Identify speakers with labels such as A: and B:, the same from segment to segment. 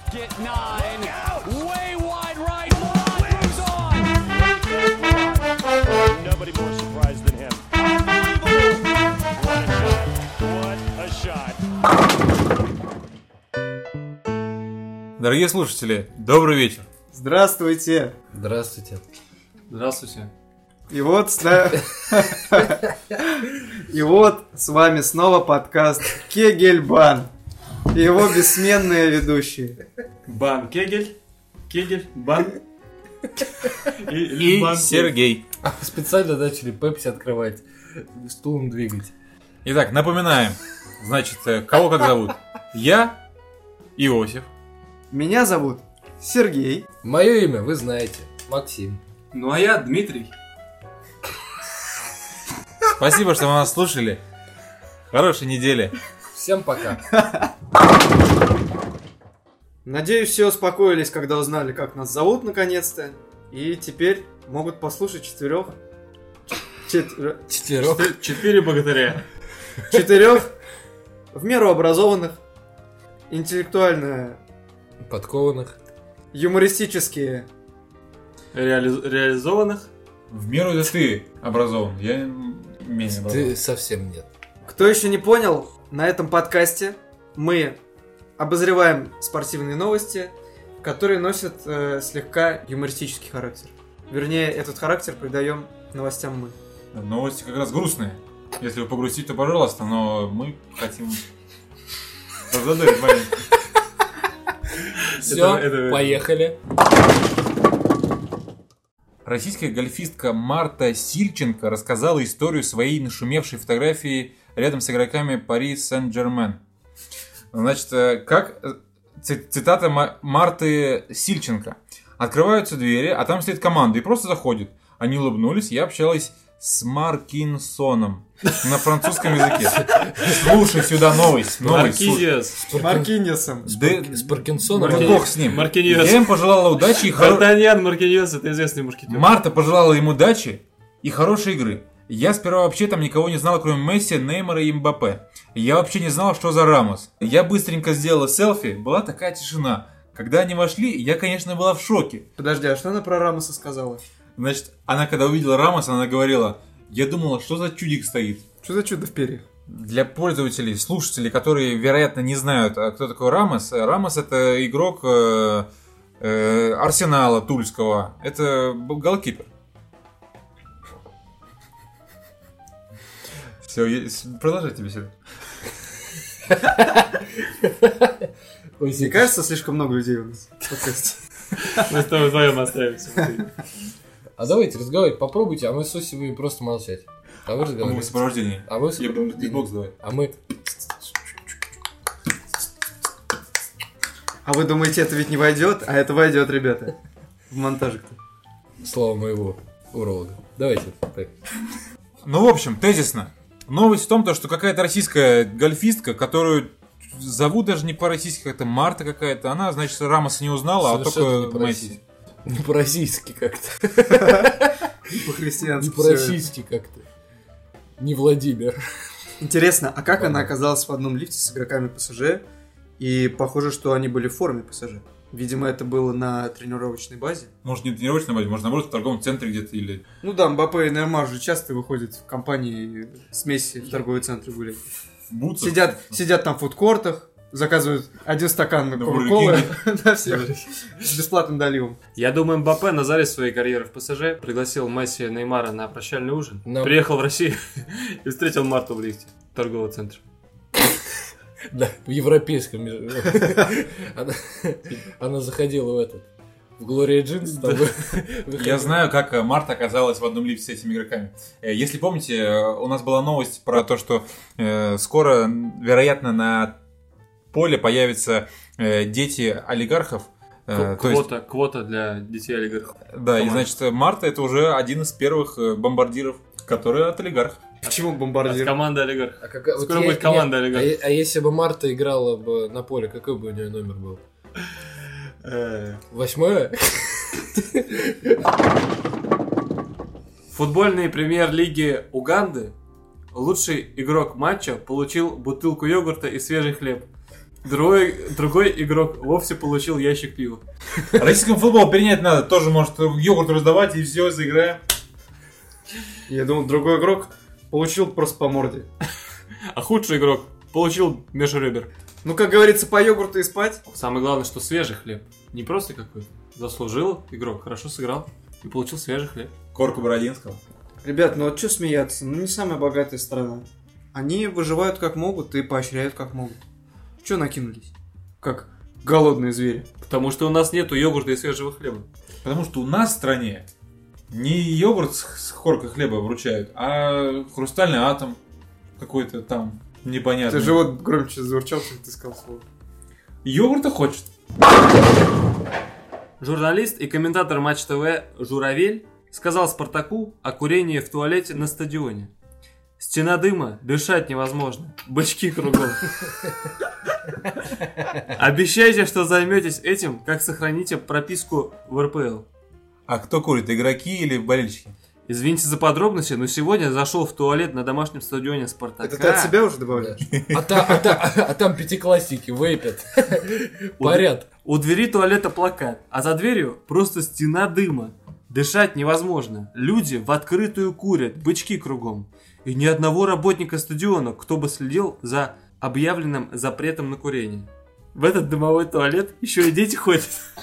A: Get 9. Way wide right. Morant moves on.
B: Nobody more surprised than him. What a shot.
C: Дорогие слушатели, добрый вечер.
D: Здравствуйте.
E: Здравствуйте.
F: Здравствуйте.
D: И вот с вами снова подкаст Кегельбан и его бессменные ведущие.
F: Бан Кегель, Бан
C: И
F: Бан
C: Сергей.
E: Специально начали пепси открывать, стулом двигать.
C: Итак, напоминаем. Значит, кого как зовут? Я Иосиф.
D: Меня зовут Сергей.
E: Мое имя вы знаете, Максим.
F: Ну а я Дмитрий.
C: Спасибо, что вы нас слушали. Хорошей недели.
E: Всем пока.
D: Надеюсь, все успокоились, когда узнали, как нас зовут наконец-то. И теперь могут послушать четырех
F: Четыре богатыря.
D: в меру образованных, интеллектуально
E: Подкованных.
D: юмористические.
F: Реализованных.
C: В меру это ты образован. Я менее образован.
E: Ты совсем нет.
D: Кто еще не понял, на этом подкасте мы обозреваем спортивные новости, которые носят слегка юмористический характер. Вернее, этот характер придаем новостям мы.
C: Новости как раз грустные. Если вы погрустите, то пожалуйста, но мы хотим разодорить маленько.
E: Все, поехали.
C: Российская гольфистка Марта Сильченко рассказала историю своей нашумевшей фотографии рядом с игроками Пари Сен-Жермен. Значит, цитата Марты Сильченко. «Открываются двери, а там стоит команда и просто заходит. Они улыбнулись, я общалась с Маркинсоном на французском языке». Слушай сюда новость.
D: Маркиньосом.
E: С Паркинсоном.
C: Да бог с ним.
F: Маркиньос.
C: Я им пожелала удачи и
F: Д'Артаньян Маркиньос, это известный мушкетер.
C: Марта пожелала им удачи и хорошей игры. Я сперва вообще там никого не знал, кроме Месси, Неймара и Мбаппе. Я вообще не знал, что за Рамос. Я быстренько сделала селфи, была такая тишина. Когда они вошли, я, конечно, была в шоке.
D: Подожди, а что она про Рамоса сказала?
C: Значит, она когда увидела Рамоса, она говорила, я думала, что за чудик стоит.
D: Что за чудо в перьях?
C: Для пользователей, слушателей, которые, вероятно, не знают, кто такой Рамос. Рамос это игрок Арсенала Тульского. Это голкипер. Все, продолжайте беседу.
D: Мне кажется, слишком много людей у нас в подкасте.
F: Мы с тобой вдвоем оставимся.
E: А давайте разговаривать, попробуйте, а мы с Осей будем просто молчать. А вы
C: Мы в
E: разговариваете.
C: сопровождении.
E: А вы в
C: Я буду
E: сопровождении.
C: битбокс давай.
E: А мы...
D: А вы думаете, это ведь не войдет? А это войдет, ребята. В монтажик-то.
E: Слово моего уролога. Давайте так.
C: Ну, в общем, тезисно. Новость в том, что какая-то российская гольфистка, которую зовут даже не по-российски, как-то Марта какая-то, она, значит, Рамоса не узнала, а
E: Совершенно
C: только
E: не
C: Месси.
E: Не по-российски как-то.
D: По-христиански.
E: Не по-российски как-то. Не Владимир.
D: Интересно, а как она оказалась в одном лифте с игроками ПСЖ? И похоже, что они были в форме ПСЖ. Видимо, это было на тренировочной базе.
C: Может, не тренировочной базе, может, наоборот, в торговом центре где-то или...
D: Ну да, Мбаппе и Неймар же часто выходят в компании с Месси в торговый центр гулять.
C: Бутсов.
D: Сидят там в фудкортах, заказывают один стакан
C: На
D: Кока-Колы на всех с бесплатным доливом.
F: Я думаю, Мбаппе на заре своей карьеры в ПСЖ пригласил Месси и Неймара на прощальный ужин.
E: Но-
F: Приехал в Россию и встретил Марту в лифте торгового центра.
E: Да, в европейском. Она заходила в Глория Джинс.
C: Я знаю, как Марта оказалась в одном лифте с этими игроками. Если помните, у нас была новость про то, что скоро, вероятно, на поле появятся дети олигархов.
F: Квота для детей олигархов.
C: Да, и значит, Марта это уже один из первых бомбардиров, который от олигархов.
D: Почему
F: От
D: бомбардир?
F: команды олигарх.
E: Вот
F: Скоро будет команда олигарх.
E: А если бы Марта играла бы на поле, какой бы у нее номер был? 8?
F: Футбольной премьер-лиги Уганды лучший игрок матча получил бутылку йогурта и свежий хлеб. Другой игрок вовсе получил ящик пива.
C: Российскому футболу перенять надо. Тоже может йогурт раздавать и все, заиграем.
D: Я думал, другой игрок получил просто по морде.
F: А худший игрок получил межребер.
D: Ну, как говорится, по йогурту и спать.
F: Самое главное, что свежий хлеб. Не просто какой-то. Заслужил игрок, хорошо сыграл и получил свежий хлеб.
C: Корку Бородинского.
D: Ребят, ну вот что смеяться? Ну, не самая богатая страна. Они выживают как могут и поощряют как могут. Че накинулись? Как голодные звери.
F: Потому что у нас нету йогурта и свежего хлеба.
C: Потому что у нас в стране не йогурт с коркой хлеба вручают, а хрустальный атом какой-то там непонятный.
D: Ты же вот громче заурчал, когда ты сказал слово.
C: Йогурта хочет.
F: Журналист и комментатор Матч ТВ Журавель сказал Спартаку о курении в туалете на стадионе. Стена дыма, дышать невозможно, бычки кругом. Обещайте, что займетесь этим, как сохраните прописку в РПЛ.
C: А кто курит, игроки или болельщики?
F: Извините за подробности, но сегодня зашел в туалет на домашнем стадионе Спартака.
D: Это ты от себя уже добавляешь?
E: А там пятиклассники вейпят. Парят.
F: У двери туалета плакат, а за дверью просто стена дыма. Дышать невозможно. Люди в открытую курят, бычки кругом. И ни одного работника стадиона, кто бы следил за объявленным запретом на курение. В этот дымовой туалет еще и дети ходят.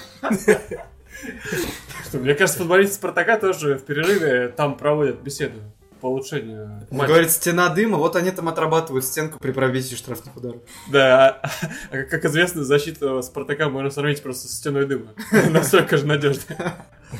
F: Что, мне кажется, футболисты Спартака тоже в перерыве там проводят беседу по улучшению матча.
D: Говорит, стена дыма, вот они там отрабатывают стенку при пробитии штрафных ударов.
F: Да, а как известно, защиту Спартака можно сравнить просто с стеной дыма. Настолько же надежно.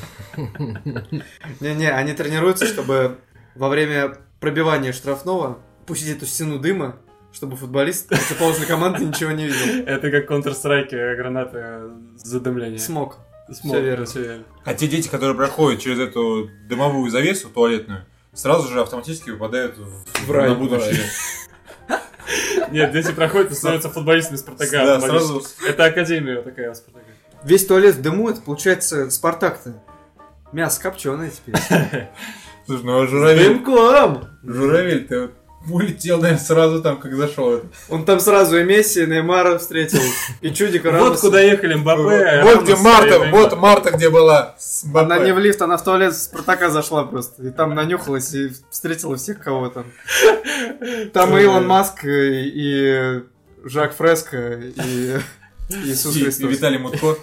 D: Не-не, они тренируются, чтобы во время пробивания штрафного пустить эту стену дыма, чтобы футболист противоположной команды ничего не видел.
F: Это как в Counter-Strike граната задымления.
D: Смог.
F: Все верно, все верно.
C: А те дети, которые проходят через эту дымовую завесу туалетную, сразу же автоматически попадают в
D: рай.
C: на будущее.
F: Нет, дети проходят и становятся футболистами Спартака.
C: Да,
F: автоматически.
C: сразу.
F: Это академия такая у Спартака.
D: Весь туалет в дыму, это получается Спартак-то. Мясо копченое теперь.
C: Слушай, ну а Журавель...
D: Дымком!
C: Журавель-то вот улетел, наверное, сразу там, как зашел.
D: Он там сразу и Месси, и Неймара встретил, и Чудика
F: Вот
D: Рамоса.
F: куда ехали Мбаппе.
C: Вот где
F: Рамос
C: Марта,
F: и
C: вот Марта где была. С
D: Она не
C: Мбаппе.
D: в лифт, она в туалет Спартака зашла просто. И там нанюхалась и встретила всех, кого там. Там и Илон Маск, и Жак Фреско, и Иисус
C: И
D: Христос.
C: Виталий Мутко.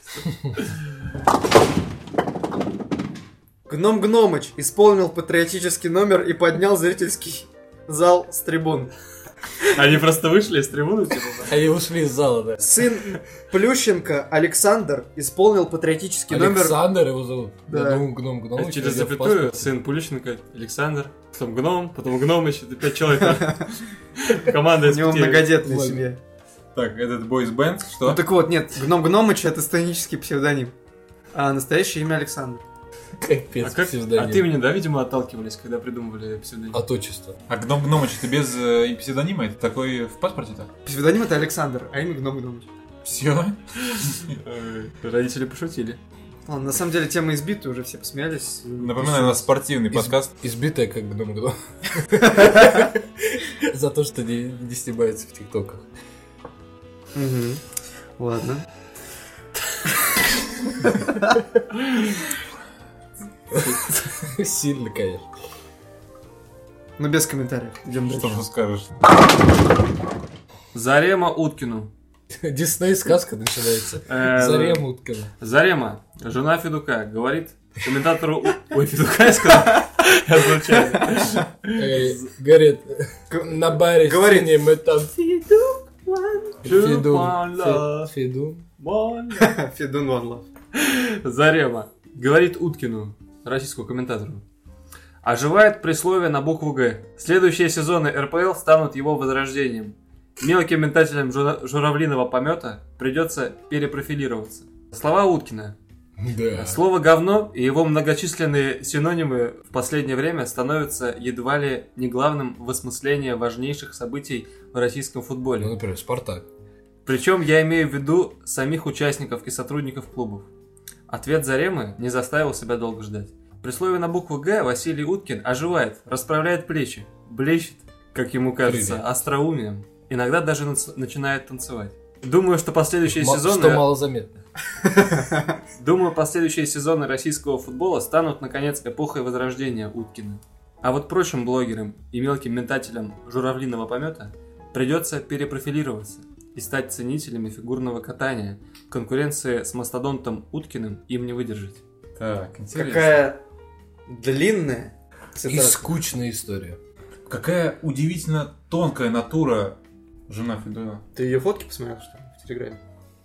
D: Гном Гномыч исполнил патриотический номер и поднял зрительский зал с трибун.
F: Они просто вышли из трибуны, типа.
E: Они ушли из зала, да.
D: Сын Плющенко Александр исполнил патриотический номер.
E: Александр его зовут.
D: Да.
E: Я думаю, гном.
F: Через запятую сын Пулищенко, Александр, потом Гномыч, это 5 человек. Команда
D: У
F: из
D: него
F: 5.
D: многодетная
E: Ладно.
D: семья.
C: Так, этот бойс-бенд,
D: Ну
C: что?
D: так вот, нет, Гном Гномыч это сценический псевдоним. А настоящее имя Александр.
E: Капец, псевдоним.
F: От имени, да, видимо, отталкивались, когда придумывали псевдоним.
E: От отчества.
C: А Гном Гномыч, это без псевдонима? Это такой в паспорте-то?
D: Псевдоним это Александр, а имя Гном Гномыч.
C: Все.
F: Родители пошутили.
D: Ладно, на самом деле тема избита, уже все посмеялись.
C: Напоминаю, у нас спортивный подкаст.
E: Избитая как гном. За то, что не снимается в тиктоках.
D: Мгм. Ладно.
E: Сильно, конечно.
D: Ну без комментариев. Идем
C: Что
D: дальше.
C: же скажешь?
F: Зарема Уткину.
E: Дисней сказка начинается.
F: Э,
E: Зарема Уткина.
F: Зарема, жена Федука, говорит комментатору... Ой, Федука я сказал? Я случайно.
E: Говорит, на баре
D: Говорит.
E: синие мы там... Федун.
D: Федун One Love.
F: Зарема говорит Уткину, российскому комментатору. Оживает присловие на букву «Г». Следующие сезоны РПЛ станут его возрождением. Мелким метателям журавлиного помета придется перепрофилироваться. Слова Уткина.
E: Да.
F: Слово «говно» и его многочисленные синонимы в последнее время становятся едва ли не главным в осмыслении важнейших событий в российском
E: Ну,
F: футболе.
E: например, Спартак.
F: Причем я имею в виду самих участников и сотрудников клубов. Ответ Заремы не заставил себя долго ждать. При слове на букву «Г» Василий Уткин оживает, расправляет плечи, блещет, как ему кажется,
E: Крылья.
F: остроумием. Иногда даже начинает танцевать. Думаю, что последующие сезоны...
E: Что малозаметно.
F: Думаю, последующие сезоны российского футбола станут, наконец, эпохой возрождения Уткина. А вот прочим блогерам и мелким метателям журавлиного помета придется перепрофилироваться и стать ценителями фигурного катания. Конкуренции с мастодонтом Уткиным им не выдержать.
C: Так, интересно.
D: Какая длинная
E: И
D: цитата.
E: скучная история.
C: Какая удивительно тонкая натура жена Федоева.
D: Ты ее фотки посмотрел, что ли, в Телеграме?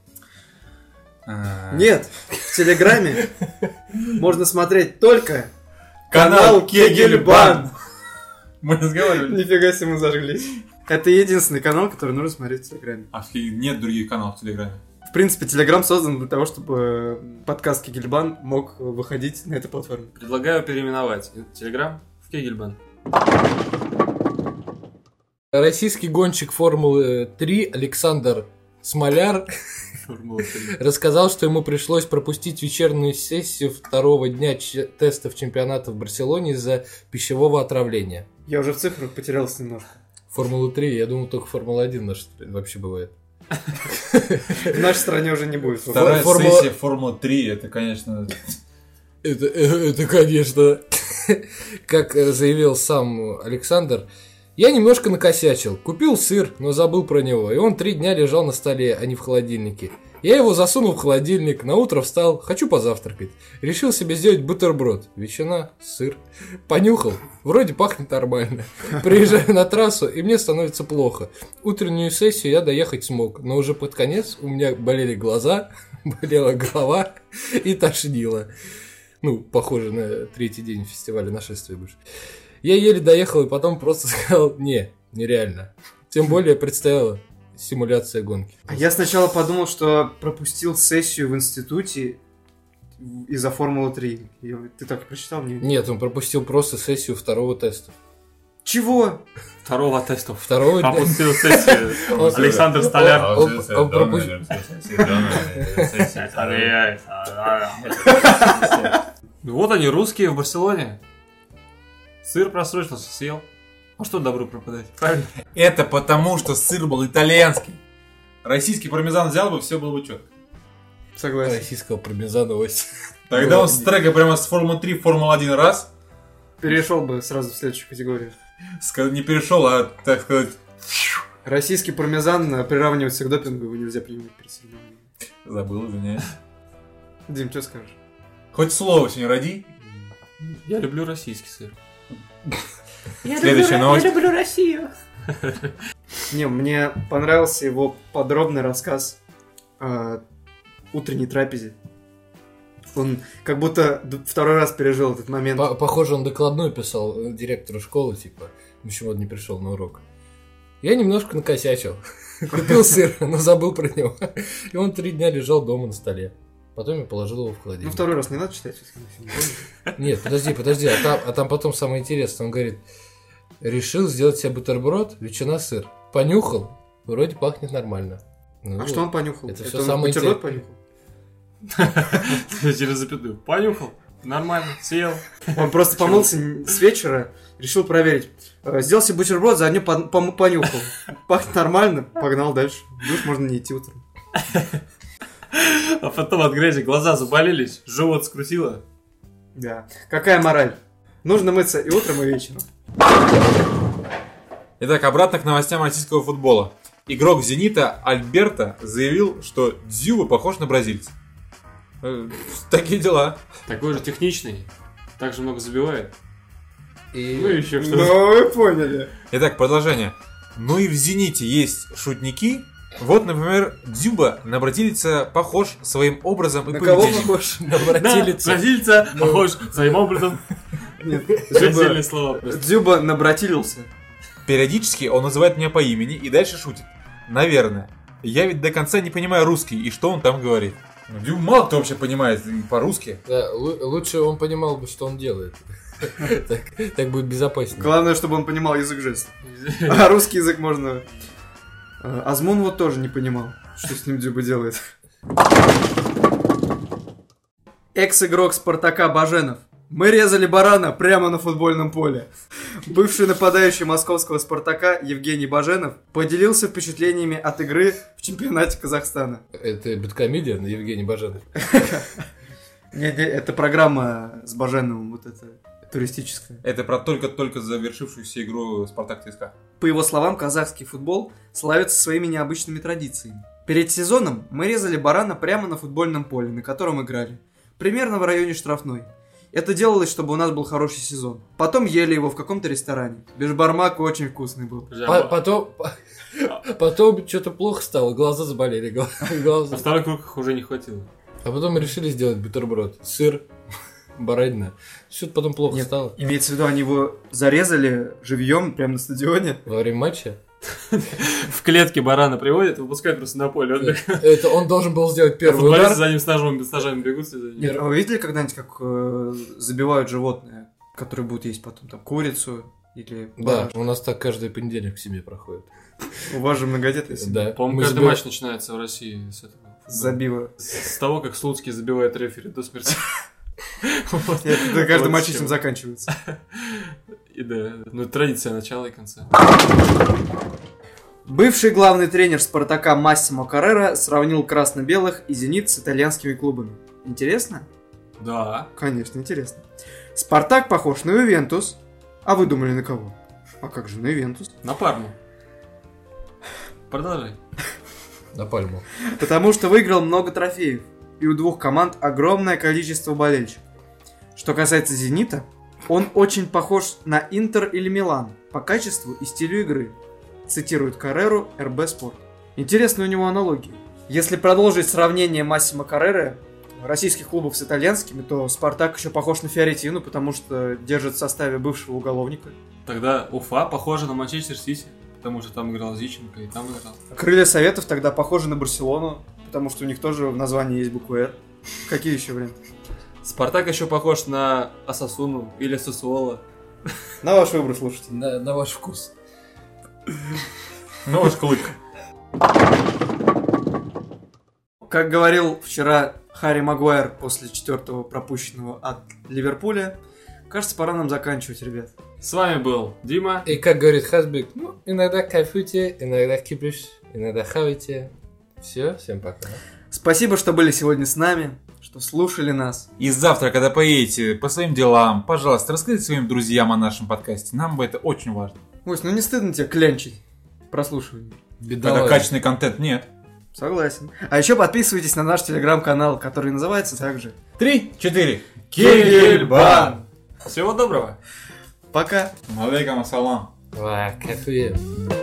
C: А,
D: Нет, в Телеграме можно смотреть только
C: Канал
D: канал Кегельбан.
C: Мы разговаривали.
D: Нифига себе мы зажглись. Это единственный канал, который нужно смотреть в Телеграме.
C: А нет других каналов в Телеграме.
D: В принципе, Телеграм создан для того, чтобы подкаст Кегельбан мог выходить на этой платформе.
F: Предлагаю переименовать Телеграм в Кегельбан.
E: Российский гонщик Формулы 3 Александр Смоляр рассказал, что ему пришлось пропустить вечернюю сессию второго дня тестов чемпионата в Барселоне из-за пищевого отравления.
D: Я уже в цифрах потерялся немножко.
E: Формула 3, я думал, только Формула 1 вообще бывает.
D: В нашей стране уже не будет.
C: Вторая
E: Формула-
C: сессия Формулы 3, это, конечно...
E: Это, конечно, как заявил сам Александр, я немножко накосячил. Купил сыр, но забыл про него, и он 3 дня лежал на столе, а не в холодильнике. Я его засунул в холодильник, на утро встал, хочу позавтракать. Решил себе сделать бутерброд. Ветчина, сыр. Понюхал, вроде пахнет нормально. Приезжаю на трассу, и мне становится плохо. Утреннюю сессию я доехать смог, но уже под конец у меня болели глаза, болела голова и тошнило. Ну, похоже на 3-й день фестиваля нашествия больше. Я еле доехал и потом просто сказал, нереально. Тем более представила симуляция гонки.
D: А я сначала подумал, что пропустил сессию в институте из-за Формулы 3. Ты так и прочитал мне?
E: Нет, он пропустил просто сессию второго теста.
D: Чего?
F: Второго теста.
E: Второго дня.
F: Пропустил сессию.
E: Он-
F: Александр Столяр.
E: он пропустил.
F: Вот они, русские в Барселоне. Сыр просрочился, съел. А что добру пропадать? Правильно?
C: Это потому, что сыр был итальянский. Российский пармезан взял бы, все было бы четко.
D: Согласен.
E: Российского пармезана ось.
C: Тогда он с трека прямо с Формулы 3 в Формулу 1 раз,
D: Перешел бы сразу в следующую категорию.
C: не перешел, а, так сказать,
D: Российский пармезан приравнивается к допингу, его нельзя принимать перед соревнованием.
C: забыл, извиняюсь.
D: Дим, что скажешь?
C: Хоть слово сегодня роди.
F: Я люблю российский сыр.
C: Следующая новость.
D: Я люблю Россию. Не, мне понравился его подробный рассказ о утренней трапезе. Он как будто второй раз пережил этот момент.
E: Похоже, он докладную писал директору школы, типа, почему он не пришел на урок. Я немножко накосячил. Купил сыр, но забыл про него. И он 3 дня лежал дома на столе. Потом я положил его в
D: Ну,
E: холодильник.
D: второй раз не надо читать, если не помнишь.
E: Нет, подожди, а там потом самое интересное. Он говорит, решил сделать себе бутерброд, ветчина, сыр. Понюхал, вроде пахнет нормально. Ну,
D: А
E: вот.
D: что он понюхал?
E: Это всё
D: он
E: самое
D: бутерброд понюхал?
F: Через запятую. Понюхал. Нормально. Съел.
D: Он просто помылся с вечера, решил проверить. Сделал себе бутерброд, заодно понюхал. Пахнет нормально, погнал дальше. В душ можно не идти утром.
F: А потом от грязи глаза заболелись, живот скрутило.
D: Да. Какая мораль? Нужно мыться и утром, и вечером.
C: Итак, обратно к новостям российского футбола. Игрок «Зенита» Альберто заявил, что Дзюба похож на бразильца. Такие дела.
F: Такой же техничный. Так же много забивает.
E: И...
F: Ну еще что.
D: Ну, вы поняли.
C: Итак, продолжение. Ну и в «Зените» есть шутники. Вот, например, Дзюба на бразильца похож своим образом и
D: На кого
C: поведением.
D: похож?
E: На братилица.
F: Бразильца похож своим образом.
D: Нет,
F: Отдельные слова.
D: Дзюба набратилился.
C: Периодически он называет меня по имени и дальше шутит. Наверное. Я ведь до конца не понимаю русский, и что он там говорит. Дзюба мало кто вообще понимает по-русски.
E: Да, лучше он понимал бы, что он делает. Так будет безопаснее.
D: Главное, чтобы он понимал язык жестов. А русский язык можно... Азмун вот тоже не понимал, что с ним Дзюба делает. Экс-игрок Спартака Баженов Мы резали барана прямо на футбольном поле. Бывший нападающий московского «Спартака» Евгений Баженов поделился впечатлениями от игры в чемпионате Казахстана.
E: Это бэдкомедия на Евгений Баженов.
D: Это программа с Баженовым, вот это туристическая.
C: Это про только-только завершившуюся игру «Спартак ЦСКА».
D: По его словам, казахский футбол славится своими необычными традициями. Перед сезоном мы резали барана прямо на футбольном поле, на котором играли. Примерно в районе штрафной. Это делалось, чтобы у нас был хороший сезон. Потом ели его в каком-то ресторане. Бешбармак очень вкусный был.
E: Потом что-то плохо стало, глаза заболели.
F: На второй круг их уже не хватило.
E: А потом мы решили сделать бутерброд. Сыр, баранина. Что-то потом плохо
D: Нет,
E: стало.
D: имеется в виду, они его зарезали живьем прямо на стадионе.
E: Во время матча.
F: В клетке барана приводят и выпускают просто на поле.
E: Это он должен был сделать первый
F: Футболисты
E: удар.
F: за ним с ножами бегут. За ним.
D: Нет, а вы видели когда-нибудь, как забивают животное, которое будут есть потом, там, курицу или...
E: Да,
D: барашка?
E: у нас так каждый понедельник в семье проходит.
D: У вас же многодетная семья.
E: Да.
F: По-моему,
E: Мы
F: каждый
E: забиваем-
F: матч начинается в России с этого.
D: Забива.
F: С того, как Слуцкий забивает рефери до смерти. Вот.
D: Это каждый
F: Вот
D: матч
F: с
D: этим
F: чем.
D: заканчивается.
F: И да, ну традиция начала и конца.
D: Бывший главный тренер «Спартака» Массимо Каррера сравнил красно-белых и «Зенит» с итальянскими клубами. Интересно?
F: Да.
D: Конечно, интересно. «Спартак» похож на «Ювентус». А вы думали на кого? А как же на «Ювентус»?
F: На Парму. Продолжай.
E: На пальму.
D: Потому что выиграл много трофеев. И у двух команд огромное количество болельщиков. Что касается «Зенита», он очень похож на «Интер» или «Милан» по качеству и стилю игры. Цитирует Карреру РБ Спорт. Интересны у него аналогии. Если продолжить сравнение Массимо Карреры, российских клубов с итальянскими, то «Спартак» еще похож на «Фиорентину», потому что держит в составе бывшего уголовника.
F: Тогда Уфа похожа на Манчестер Сити, потому что там играл Зиченко и там играл.
D: «Крылья Советов» тогда похожи на «Барселону», потому что у них тоже в названии есть буква «Р». Какие еще варианты?
F: Спартак еще похож на Осасуну или Сосуола.
D: На ваш выбор, слушайте.
E: На ваш вкус.
C: Ну, ваш клык.
D: Как говорил вчера Харри Магуайр после 4-го пропущенного от Ливерпуля, кажется, пора нам заканчивать, ребят.
F: С вами был Дима.
E: И как говорит Хасбек, ну, иногда кайфуйте, иногда кипиш, иногда хавайте. Все, всем пока.
D: Спасибо, что были сегодня с нами, что слушали нас.
C: И завтра, когда поедете по своим делам, пожалуйста, расскажите своим друзьям о нашем подкасте. Нам бы это очень важно.
D: Ось, ну не стыдно тебе клянчить прослушивание?
C: Когда
E: Бедолага.
C: качественный контент нет.
D: Согласен. А еще подписывайтесь на наш телеграм-канал, который называется также
C: 3-4.
D: Кегельбан.
F: Всего доброго.
D: Пока.
C: Алейкум ассалам.
E: Кайфуем.